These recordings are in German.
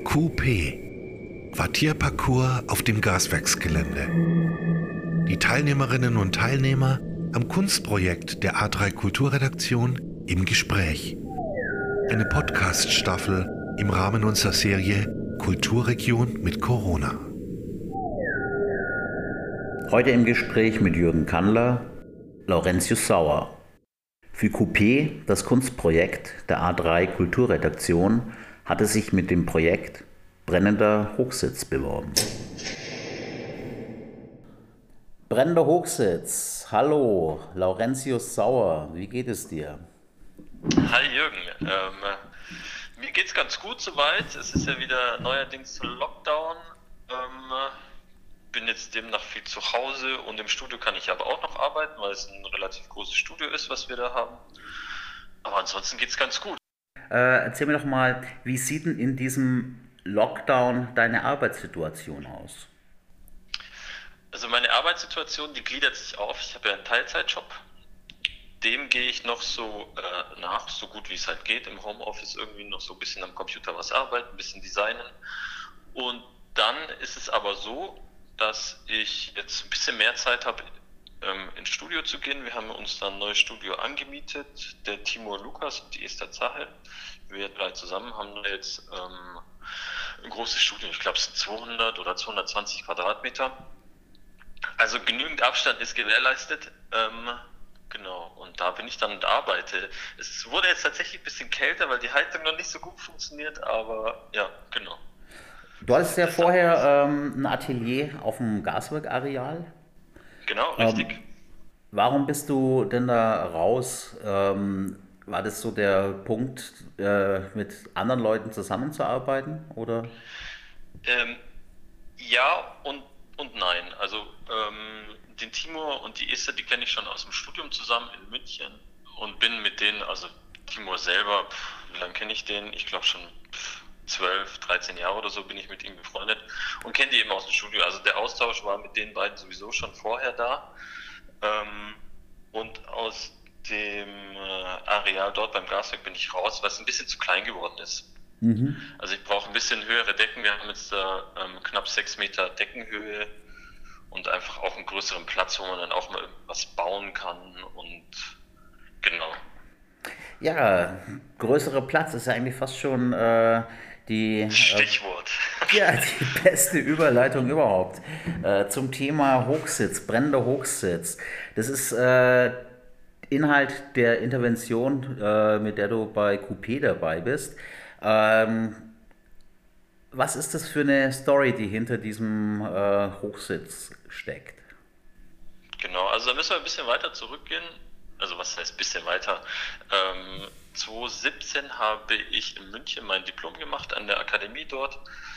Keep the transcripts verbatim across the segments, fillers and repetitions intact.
Q P – Quartierparcours auf dem Gaswerksgelände. Die Teilnehmerinnen und Teilnehmer am Kunstprojekt der A drei Kulturredaktion im Gespräch. Eine Podcast-Staffel im Rahmen unserer Serie Kulturregion mit Corona. Heute im Gespräch mit Jürgen Kandler, Laurentius Sauer. Für Q P, das Kunstprojekt der A drei Kulturredaktion, hatte sich mit dem Projekt Brennender Hochsitz beworben. Brennender Hochsitz, hallo, Laurentius Sauer, wie geht es dir? Hi Jürgen, ähm, mir geht's ganz gut soweit. Es ist ja wieder neuerdings Lockdown. Ähm, bin jetzt demnach viel zu Hause und im Studio kann ich aber auch noch arbeiten, weil es ein relativ großes Studio ist, was wir da haben. Aber ansonsten geht's ganz gut. Äh, erzähl mir doch mal, wie sieht denn in diesem Lockdown deine Arbeitssituation aus? Also meine Arbeitssituation, die gliedert sich auf. Ich habe ja einen Teilzeitjob. Dem gehe ich noch so äh, nach, so gut wie es halt geht, im Homeoffice irgendwie noch so ein bisschen am Computer was arbeiten, ein bisschen designen. Und dann ist es aber so, dass ich jetzt ein bisschen mehr Zeit habe, ähm, ins Studio zu gehen. Wir haben uns dann ein neues Studio angemietet, der Timur Lukas und die Esther Zahel. Wir drei zusammen haben jetzt ähm, ein großes Studio, ich glaube es sind zweihundert oder zweihundertzwanzig Quadratmeter. Also genügend Abstand ist gewährleistet. Ähm, Genau, und da bin ich dann und arbeite. Es wurde jetzt tatsächlich ein bisschen kälter, weil die Heizung noch nicht so gut funktioniert, aber ja, genau. Du hattest ja vorher ähm, ein Atelier auf dem Gaswerkareal. Genau, richtig. Ähm, warum bist du denn da raus? Ähm, war das so der Punkt, äh, mit anderen Leuten zusammenzuarbeiten, oder? Ähm, ja und, und nein. Also ähm, den Timur und die Esther, die kenne ich schon aus dem Studium zusammen in München und bin mit denen, also Timur selber, pff, wie lange kenne ich den? Ich glaube schon pff, zwölf, dreizehn Jahre oder so bin ich mit ihm befreundet und kenne die eben aus dem Studio. Also der Austausch war mit den beiden sowieso schon vorher da. Ähm, und aus dem äh, Areal dort beim Gaswerk bin ich raus, weil es ein bisschen zu klein geworden ist. Mhm. Also ich brauche ein bisschen höhere Decken. Wir haben jetzt da ähm, knapp sechs Meter Deckenhöhe und einfach auch einen größeren Platz, wo man dann auch mal was bauen kann und genau. Ja, größerer Platz ist ja eigentlich fast schon äh, die, äh, Stichwort. ja, die beste Überleitung überhaupt äh, zum Thema Hochsitz, brennender Hochsitz. Das ist äh, Inhalt der Intervention, äh, mit der du bei Q P dabei bist. Ähm, was ist das für eine Story, die hinter diesem äh, Hochsitz steckt? Genau, also da müssen wir ein bisschen weiter zurückgehen. Also was heißt ein bisschen weiter? Ähm, zweitausendsiebzehn habe ich in München mein Diplom gemacht an der Akademie dort.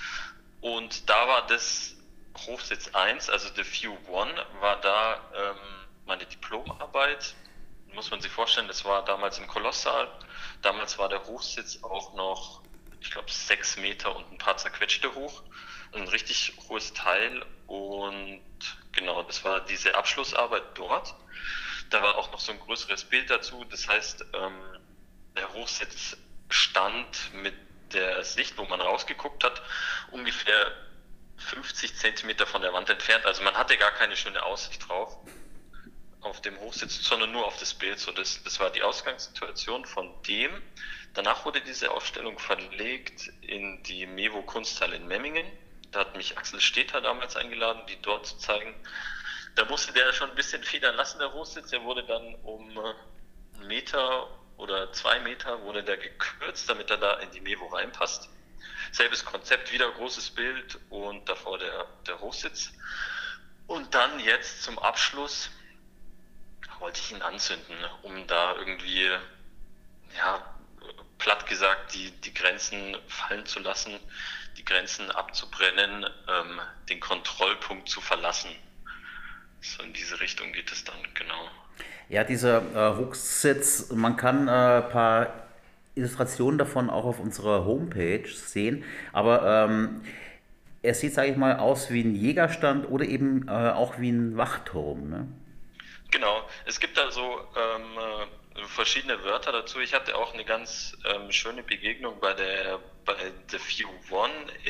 Und da war das Hochsitz eins, also The View One, war da ähm, meine Diplomarbeit. Muss man sich vorstellen, das war damals im Kolosssaal. Damals war der Hochsitz auch noch, ich glaube, sechs Meter und ein paar zerquetschte hoch. Ein richtig hohes Teil. Und genau, das war diese Abschlussarbeit dort. Da war auch noch so ein größeres Bild dazu. Das heißt, ähm, der Hochsitz stand mit der Sicht, wo man rausgeguckt hat, ungefähr fünfzig Zentimeter von der Wand entfernt. Also man hatte gar keine schöne Aussicht drauf auf dem Hochsitz, sondern nur auf das Bild. So, das, das war die Ausgangssituation von dem. Danach wurde diese Ausstellung verlegt in die Mevo Kunsthalle in Memmingen. Da hat mich Axel Steter damals eingeladen, die dort zu zeigen. Da musste der schon ein bisschen federn lassen, der Hochsitz. Der wurde dann um einen Meter oder zwei Meter wurde der gekürzt, damit er da in die Mevo reinpasst. Selbes Konzept, wieder großes Bild und davor der, der Hochsitz. Und dann jetzt zum Abschluss wollte ich ihn anzünden, um da irgendwie, ja, platt gesagt, die, die Grenzen fallen zu lassen, die Grenzen abzubrennen, ähm, den Kontrollpunkt zu verlassen. So in diese Richtung geht es dann, genau. Ja, dieser äh, Hochsitz, man kann ein äh, paar Illustrationen davon auch auf unserer Homepage sehen, aber ähm, er sieht, sage ich mal, aus wie ein Jägerstand oder eben äh, auch wie ein Wachturm, ne? Genau, es gibt da so ähm, verschiedene Wörter dazu. Ich hatte auch eine ganz ähm, schöne Begegnung bei der bei The View One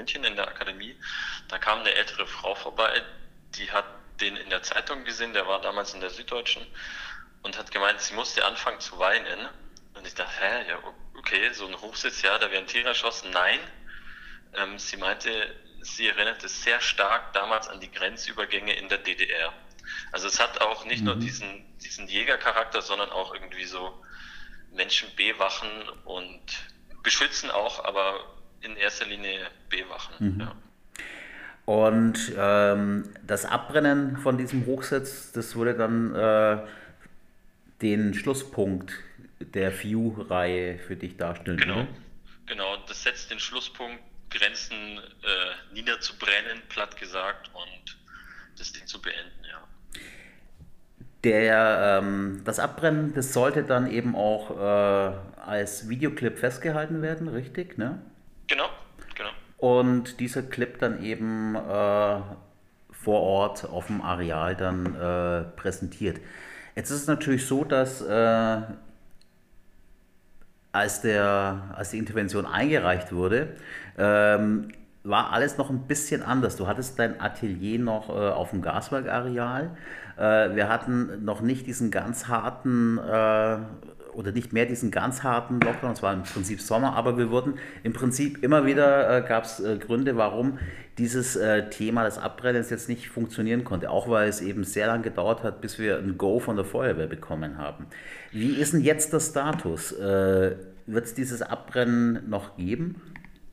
München in der Akademie. Da kam eine ältere Frau vorbei, die hat den in der Zeitung gesehen, der war damals in der Süddeutschen und hat gemeint, sie musste anfangen zu weinen. Und ich dachte, hä, ja, okay, so ein Hochsitz, ja, da werden Tiere erschossen. Nein, ähm, sie meinte, sie erinnerte sehr stark damals an die Grenzübergänge in der D D R. Also es hat auch nicht mhm. nur diesen, diesen Jägercharakter, sondern auch irgendwie so Menschen bewachen und beschützen auch, aber in erster Linie bewachen. Mhm. Ja. Und ähm, das Abbrennen von diesem Hochsitz, das würde dann äh, den Schlusspunkt der V I U-Reihe für dich darstellen. Genau, oder? Genau, das setzt den Schlusspunkt, Grenzen äh, niederzubrennen, platt gesagt, und das Ding zu beenden, ja. Der, ähm, das Abbrennen, das sollte dann eben auch äh, als Videoclip festgehalten werden, richtig, ne? Genau, genau. Und dieser Clip dann eben äh, vor Ort auf dem Areal dann äh, präsentiert. Jetzt ist es natürlich so, dass äh, als, der, als die Intervention eingereicht wurde, ähm, war alles noch ein bisschen anders. Du hattest dein Atelier noch äh, auf dem Gaswerkareal. Äh, wir hatten noch nicht diesen ganz harten äh, oder nicht mehr diesen ganz harten Lockdown, es war im Prinzip Sommer, aber wir wurden im Prinzip immer wieder, äh, gab es äh, Gründe, warum dieses äh, Thema des Abbrennens jetzt nicht funktionieren konnte, auch weil es eben sehr lange gedauert hat, bis wir ein Go von der Feuerwehr bekommen haben. Wie ist denn jetzt der Status? Äh, wird es dieses Abbrennen noch geben?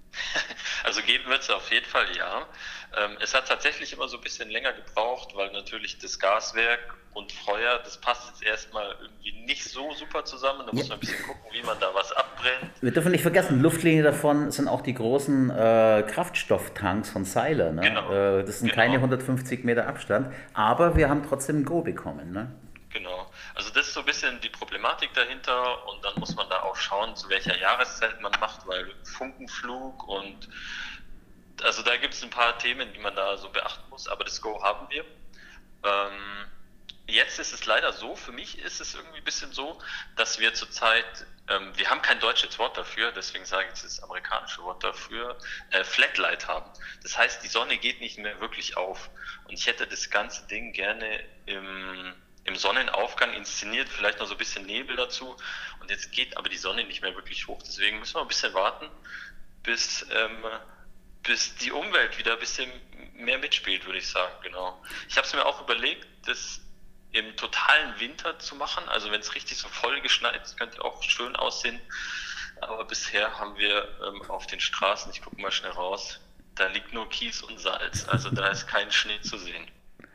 Also geben wird es auf jeden Fall, ja. Ähm, es hat tatsächlich immer so ein bisschen länger gebraucht, weil natürlich das Gaswerk und Feuer, das passt jetzt erstmal irgendwie nicht so super zusammen. Da muss ja. man ein bisschen gucken, wie man da was abbrennt. Wir dürfen nicht vergessen, Luftlinie davon sind auch die großen äh, Kraftstofftanks von Seiler. Ne? Genau. Äh, das sind genau. keine hundertfünfzig Meter Abstand, aber wir haben trotzdem ein Go bekommen. Ne? Genau. Also das ist so ein bisschen die Problematik dahinter, und dann muss man da auch schauen, zu welcher Jahreszeit man macht, weil Funkenflug und also da gibt es ein paar Themen, die man da so beachten muss, aber das Go haben wir. Ähm, jetzt ist es leider so, für mich ist es irgendwie ein bisschen so, dass wir zurzeit, ähm, wir haben kein deutsches Wort dafür, deswegen sage ich das amerikanische Wort dafür, äh, Flatlight haben. Das heißt, die Sonne geht nicht mehr wirklich auf, und ich hätte das ganze Ding gerne im im Sonnenaufgang inszeniert, vielleicht noch so ein bisschen Nebel dazu, und jetzt geht aber die Sonne nicht mehr wirklich hoch, deswegen müssen wir ein bisschen warten, bis, ähm, bis die Umwelt wieder ein bisschen mehr mitspielt, würde ich sagen, genau. Ich habe es mir auch überlegt, das im totalen Winter zu machen, also wenn es richtig so voll geschneit ist, könnte auch schön aussehen, aber bisher haben wir ähm, auf den Straßen, ich gucke mal schnell raus, da liegt nur Kies und Salz, also da ist kein Schnee zu sehen.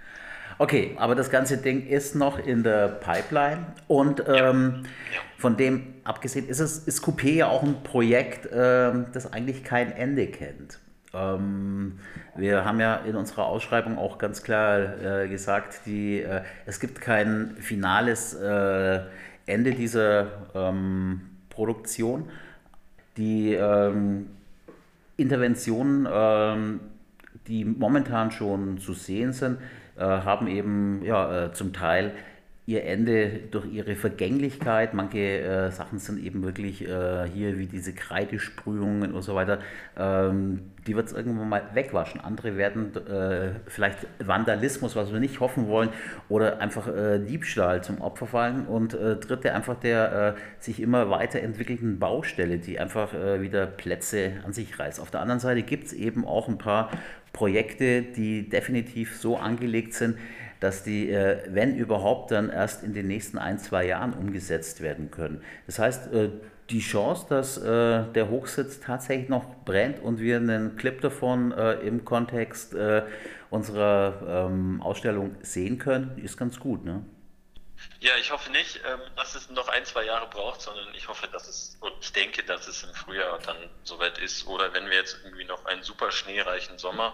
Okay, aber das ganze Ding ist noch in der Pipeline, und ähm, ja. Ja. von dem abgesehen ist es ist Coupé ja auch ein Projekt, ähm, das eigentlich kein Ende kennt. Ähm, wir haben ja in unserer Ausschreibung auch ganz klar äh, gesagt, die, äh, es gibt kein finales äh, Ende dieser ähm, Produktion. Die ähm, Interventionen, ähm, die momentan schon zu sehen sind, haben eben ja, äh, zum Teil ihr Ende durch ihre Vergänglichkeit. Manche äh, Sachen sind eben wirklich äh, hier wie diese Kreidesprühungen und so weiter. Ähm, die wird es irgendwann mal wegwaschen. Andere werden äh, vielleicht Vandalismus, was wir nicht hoffen wollen, oder einfach äh, Diebstahl zum Opfer fallen. Und äh, dritte einfach der äh, sich immer weiterentwickelnden Baustelle, die einfach äh, wieder Plätze an sich reißt. Auf der anderen Seite gibt es eben auch ein paar Projekte, die definitiv so angelegt sind, dass die, äh, wenn überhaupt, dann erst in den nächsten ein, zwei Jahren umgesetzt werden können. Das heißt, äh, die Chance, dass äh, der Hochsitz tatsächlich noch brennt und wir einen Clip davon äh, im Kontext äh, unserer ähm, Ausstellung sehen können, ist ganz gut, ne? Ja, ich hoffe nicht, ähm, dass es noch ein, zwei Jahre braucht, sondern ich hoffe, dass es, und ich denke, dass es im Frühjahr dann soweit ist, oder wenn wir jetzt irgendwie noch einen super schneereichen Sommer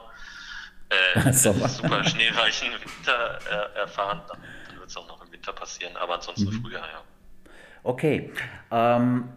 Äh, super schneereichen Winter äh, erfahren, dann, dann wird es auch noch im Winter passieren, aber ansonsten mhm. Frühjahr, ja. Okay. Ähm,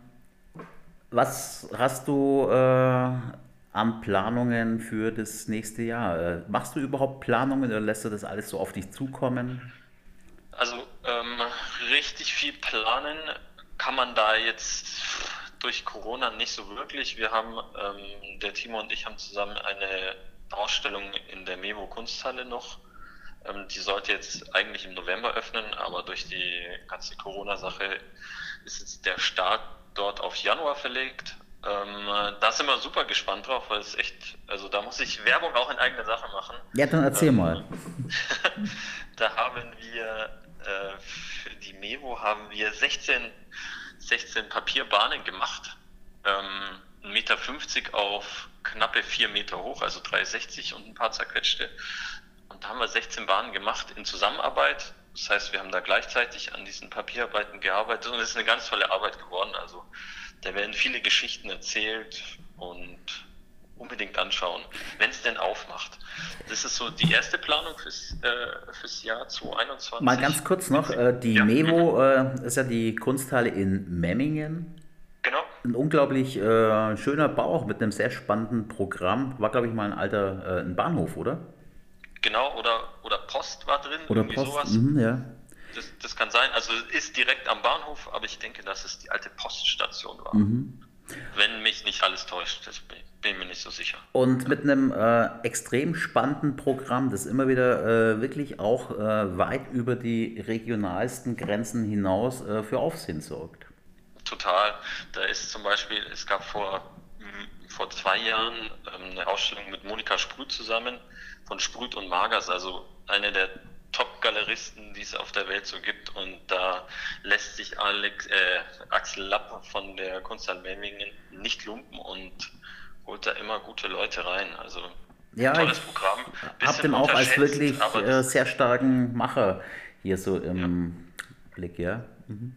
was hast du äh, an Planungen für das nächste Jahr? Äh, machst du überhaupt Planungen oder lässt du das alles so auf dich zukommen? Also ähm, richtig viel planen kann man da jetzt durch Corona nicht so wirklich. Wir haben, ähm, der Timo und ich haben zusammen eine Ausstellung in der Mevo Kunsthalle noch. Ähm, die sollte jetzt eigentlich im November öffnen, aber durch die ganze Corona-Sache ist jetzt der Start dort auf Januar verlegt. Ähm, da sind wir super gespannt drauf, weil es echt, also da muss ich Werbung auch in eigener Sache machen. Ja, dann erzähl ähm, mal. Da haben wir, äh, für die Mevo haben wir sechzehn, sechzehn Papierbahnen gemacht. Ähm, ein Meter fünfzig auf knappe vier Meter hoch, also drei sechzig und ein paar zerquetschte. Und da haben wir sechzehn Bahnen gemacht in Zusammenarbeit. Das heißt, wir haben da gleichzeitig an diesen Papierarbeiten gearbeitet und es ist eine ganz tolle Arbeit geworden. Also da werden viele Geschichten erzählt und unbedingt anschauen, wenn es denn aufmacht. Das ist so die erste Planung fürs, äh, fürs Jahr zwanzig einundzwanzig. Mal ganz kurz noch, äh, die ja. Mevo äh, ist ja die Kunsthalle in Memmingen. Genau. Ein unglaublich äh, schöner Bau, auch mit einem sehr spannenden Programm. War, glaube ich, mal ein alter äh, ein Bahnhof, oder? Genau, oder, oder Post war drin, Oder irgendwie Post, sowas. mhm, ja. Das, das kann sein, also ist direkt am Bahnhof, aber ich denke, dass es die alte Poststation war. Mhm. Wenn mich nicht alles täuscht, das bin, bin mir nicht so sicher. Und mit einem äh, extrem spannenden Programm, das immer wieder äh, wirklich auch äh, weit über die regionalsten Grenzen hinaus äh, für Aufsehen sorgt. Total. Da ist zum Beispiel, es gab vor, mh, vor zwei Jahren ähm, eine Ausstellung mit Monika Sprüth zusammen von Sprüth und Magers, also eine der Top-Galeristen, die es auf der Welt so gibt, und da lässt sich Alex, äh, Axel Lapp von der Kunsthalle Memmingen nicht lumpen und holt da immer gute Leute rein. Also Ja, tolles ich Programm. hab Bisschen den auch als unterschätzt, wirklich aber äh, das- sehr starken Macher hier so im Blick, ja. Mhm.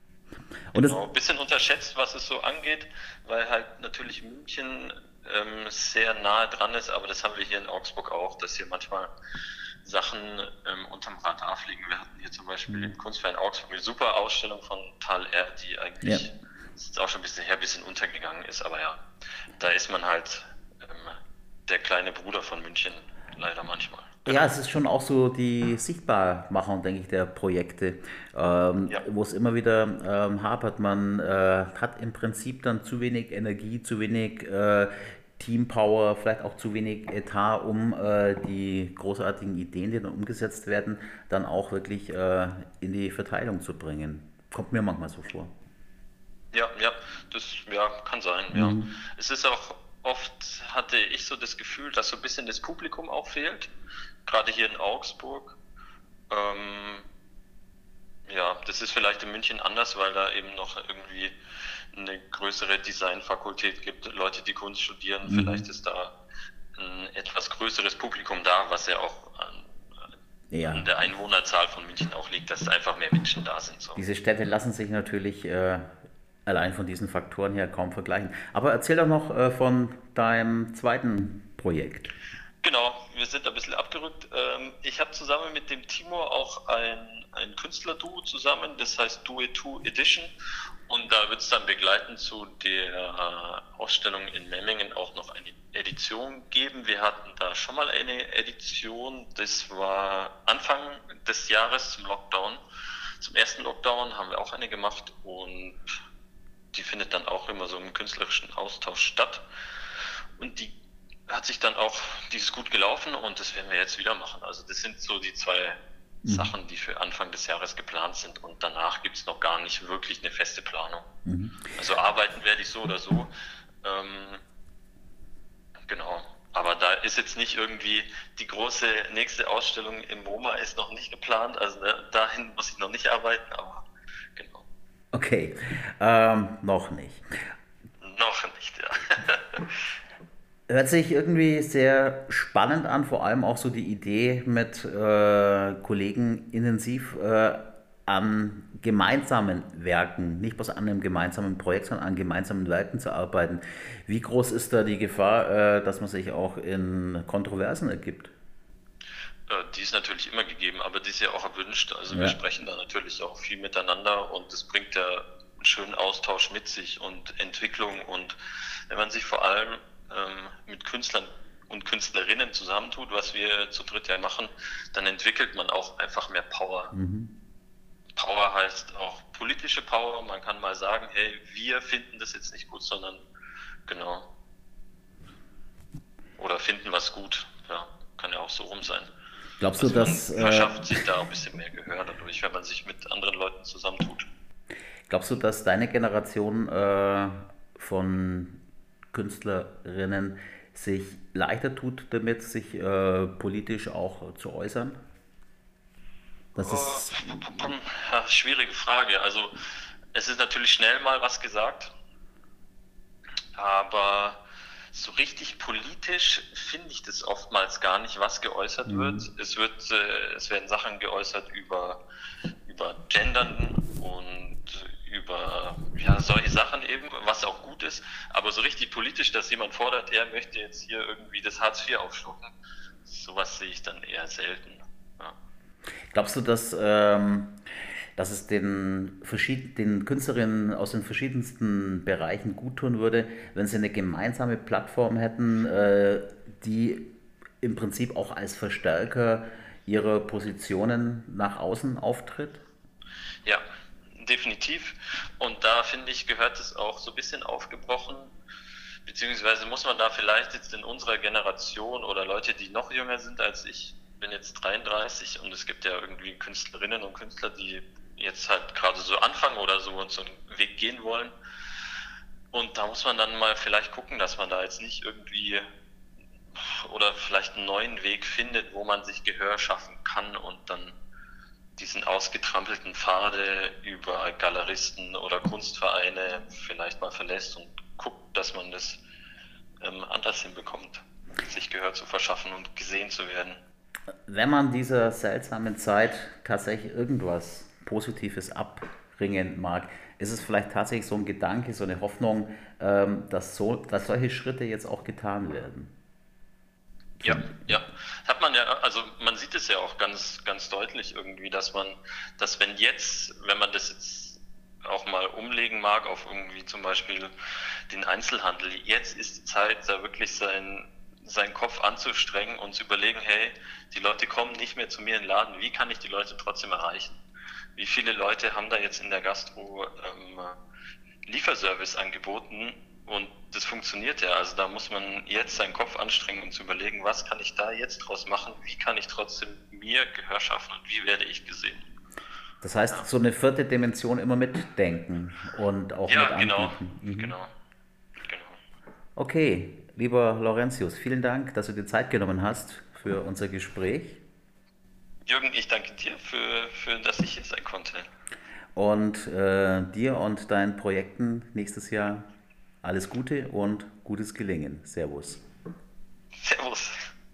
Und das, Genau, ein bisschen unterschätzt, was es so angeht, weil halt natürlich München ähm, sehr nahe dran ist, aber das haben wir hier in Augsburg auch, dass hier manchmal Sachen ähm, unterm Radar fliegen. Wir hatten hier zum Beispiel im Kunstverein Augsburg eine super Ausstellung von Tal R, die eigentlich, Ja. das ist jetzt auch schon ein bisschen her, ein bisschen untergegangen ist, aber ja, da ist man halt ähm, der kleine Bruder von München, leider manchmal. ja, es ist schon auch so die Sichtbarmachung, denke ich, der Projekte, ähm, Ja. wo es immer wieder ähm, hapert. Man äh, hat im Prinzip dann zu wenig Energie, zu wenig äh, Teampower, vielleicht auch zu wenig Etat, um äh, die großartigen Ideen, die dann umgesetzt werden, dann auch wirklich äh, in die Verteilung zu bringen. Kommt mir manchmal so vor. Ja, ja, das ja, kann sein, ja. Es ist auch oft, hatte ich so das Gefühl, dass so ein bisschen das Publikum auch fehlt, gerade hier in Augsburg. Ähm, ja, das ist vielleicht in München anders, weil da eben noch irgendwie eine größere Designfakultät gibt, Leute, die Kunst studieren. Vielleicht ist da ein etwas größeres Publikum da, was ja auch an, Ja. an der Einwohnerzahl von München auch liegt, dass einfach mehr Menschen da sind. So. Diese Städte lassen sich natürlich äh, allein von diesen Faktoren her kaum vergleichen. Aber erzähl doch noch äh, von deinem zweiten Projekt. Genau, wir sind ein bisschen abgerückt. Ähm, Ich habe zusammen mit dem Timo auch ein, ein Künstlerduo zusammen, das heißt Duo Two Edition. Und da wird es dann begleitend zu der Ausstellung in Memmingen auch noch eine Edition geben. Wir hatten da schon mal eine Edition, das war Anfang des Jahres zum Lockdown. Zum ersten Lockdown haben wir auch eine gemacht und die findet dann auch immer so im künstlerischen Austausch statt. Und die hat sich dann auch, die ist gut gelaufen und das werden wir jetzt wieder machen. Also das sind so die zwei mhm. Sachen, die für Anfang des Jahres geplant sind und danach gibt es noch gar nicht wirklich eine feste Planung. Mhm. Also arbeiten werde ich so oder so. Ähm, genau. Aber da ist jetzt nicht irgendwie die große nächste Ausstellung im MoMA ist noch nicht geplant. Also da, dahin muss ich noch nicht arbeiten, aber genau. Okay, ähm, noch nicht. Noch nicht, ja. Hört sich irgendwie sehr spannend an, vor allem auch so die Idee, mit äh, Kollegen intensiv äh, an gemeinsamen Werken, nicht bloß an einem gemeinsamen Projekt, sondern an gemeinsamen Werken zu arbeiten. Wie groß ist da die Gefahr, äh, dass man sich auch in Kontroversen ergibt? Die ist natürlich immer gegeben, aber die ist ja auch erwünscht. Also ja. wir sprechen da natürlich auch viel miteinander und das bringt ja einen schönen Austausch mit sich und Entwicklung. Und wenn man sich vor allem ähm, mit Künstlern und Künstlerinnen zusammentut, was wir zu dritt ja machen, dann entwickelt man auch einfach mehr Power. Mhm. Power heißt auch politische Power. Man kann mal sagen, hey, wir finden das jetzt nicht gut, sondern genau. Oder finden was gut. Ja, kann ja auch so rum sein. Glaubst du, also dass... Man verschafft äh, sich da ein bisschen mehr Gehör dadurch, wenn man sich mit anderen Leuten zusammentut. Glaubst du, dass deine Generation äh, von Künstlerinnen sich leichter tut damit, sich äh, politisch auch zu äußern? Das ist ja, schwierige Frage. Also es ist natürlich schnell mal was gesagt, aber so richtig politisch finde ich das oftmals gar nicht, was geäußert mhm. wird. Es wird, äh, es werden Sachen geäußert über, über Gendern und über ja, solche Sachen eben, was auch gut ist, aber so richtig politisch, dass jemand fordert, er möchte jetzt hier irgendwie das Hartz vier aufschlucken, sowas sehe ich dann eher selten. Ja. Glaubst du, dass, ähm, dass es den, verschied- den Künstlerinnen aus den verschiedensten Bereichen gut tun würde, wenn sie eine gemeinsame Plattform hätten, äh, die im Prinzip auch als Verstärker ihrer Positionen nach außen auftritt? Ja, definitiv. Und da finde ich, gehört es auch so ein bisschen aufgebrochen, beziehungsweise muss man da vielleicht jetzt in unserer Generation oder Leute, die noch jünger sind als ich, bin jetzt dreiunddreißig und es gibt ja irgendwie Künstlerinnen und Künstler, die jetzt halt gerade so anfangen oder so und so einen Weg gehen wollen. Und da muss man dann mal vielleicht gucken, dass man da jetzt nicht irgendwie oder vielleicht einen neuen Weg findet, wo man sich Gehör schaffen kann und dann diesen ausgetrampelten Pfade über Galeristen oder Kunstvereine vielleicht mal verlässt und guckt, dass man das ähm, anders hinbekommt, sich Gehör zu verschaffen und gesehen zu werden. Wenn man dieser seltsamen Zeit tatsächlich irgendwas Positives abbringen mag, ist es vielleicht tatsächlich so ein Gedanke, so eine Hoffnung, ähm, dass, so, dass solche Schritte jetzt auch getan werden. Ja, ja. Hat man ja, also man sieht es ja auch ganz, ganz deutlich irgendwie, dass man, dass wenn jetzt, wenn man das jetzt auch mal umlegen mag auf irgendwie zum Beispiel den Einzelhandel, jetzt ist die Zeit, da wirklich sein, seinen Kopf anzustrengen und zu überlegen, hey, die Leute kommen nicht mehr zu mir in den Laden, wie kann ich die Leute trotzdem erreichen? Wie viele Leute haben da jetzt in der Gastro ähm, Lieferservice angeboten? Und das funktioniert ja, also da muss man jetzt seinen Kopf anstrengen und zu überlegen, was kann ich da jetzt draus machen, wie kann ich trotzdem mir Gehör schaffen und wie werde ich gesehen. Das heißt, ja. So eine vierte Dimension immer mitdenken und auch ja, mit anbieten. Genau, mhm. genau, genau. Okay, lieber Laurentius, vielen Dank, dass du dir Zeit genommen hast für unser Gespräch. Jürgen, ich danke dir, für, für dass ich hier sein konnte. Und äh, dir und deinen Projekten nächstes Jahr alles Gute und gutes Gelingen. Servus. Servus.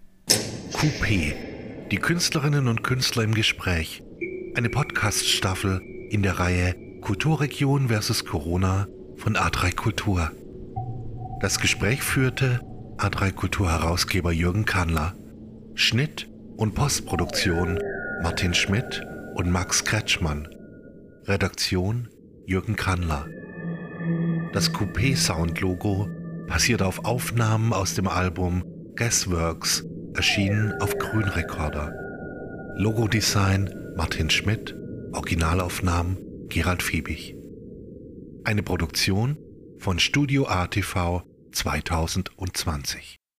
Coupé, die Künstlerinnen und Künstler im Gespräch. Eine Podcast-Staffel in der Reihe Kulturregion versus Corona von A drei Kultur. Das Gespräch führte A drei Kultur-Herausgeber Jürgen Kandler. Schnitt und Postproduktion Martin Schmidt und Max Kretschmann. Redaktion Jürgen Kandler. Das Coupé-Sound-Logo basiert auf Aufnahmen aus dem Album Guessworks, erschienen auf Grünrekorder. Logodesign Martin Schmidt, Originalaufnahmen Gerald Fiebig. Eine Produktion von Studio A T V zweitausendzwanzig.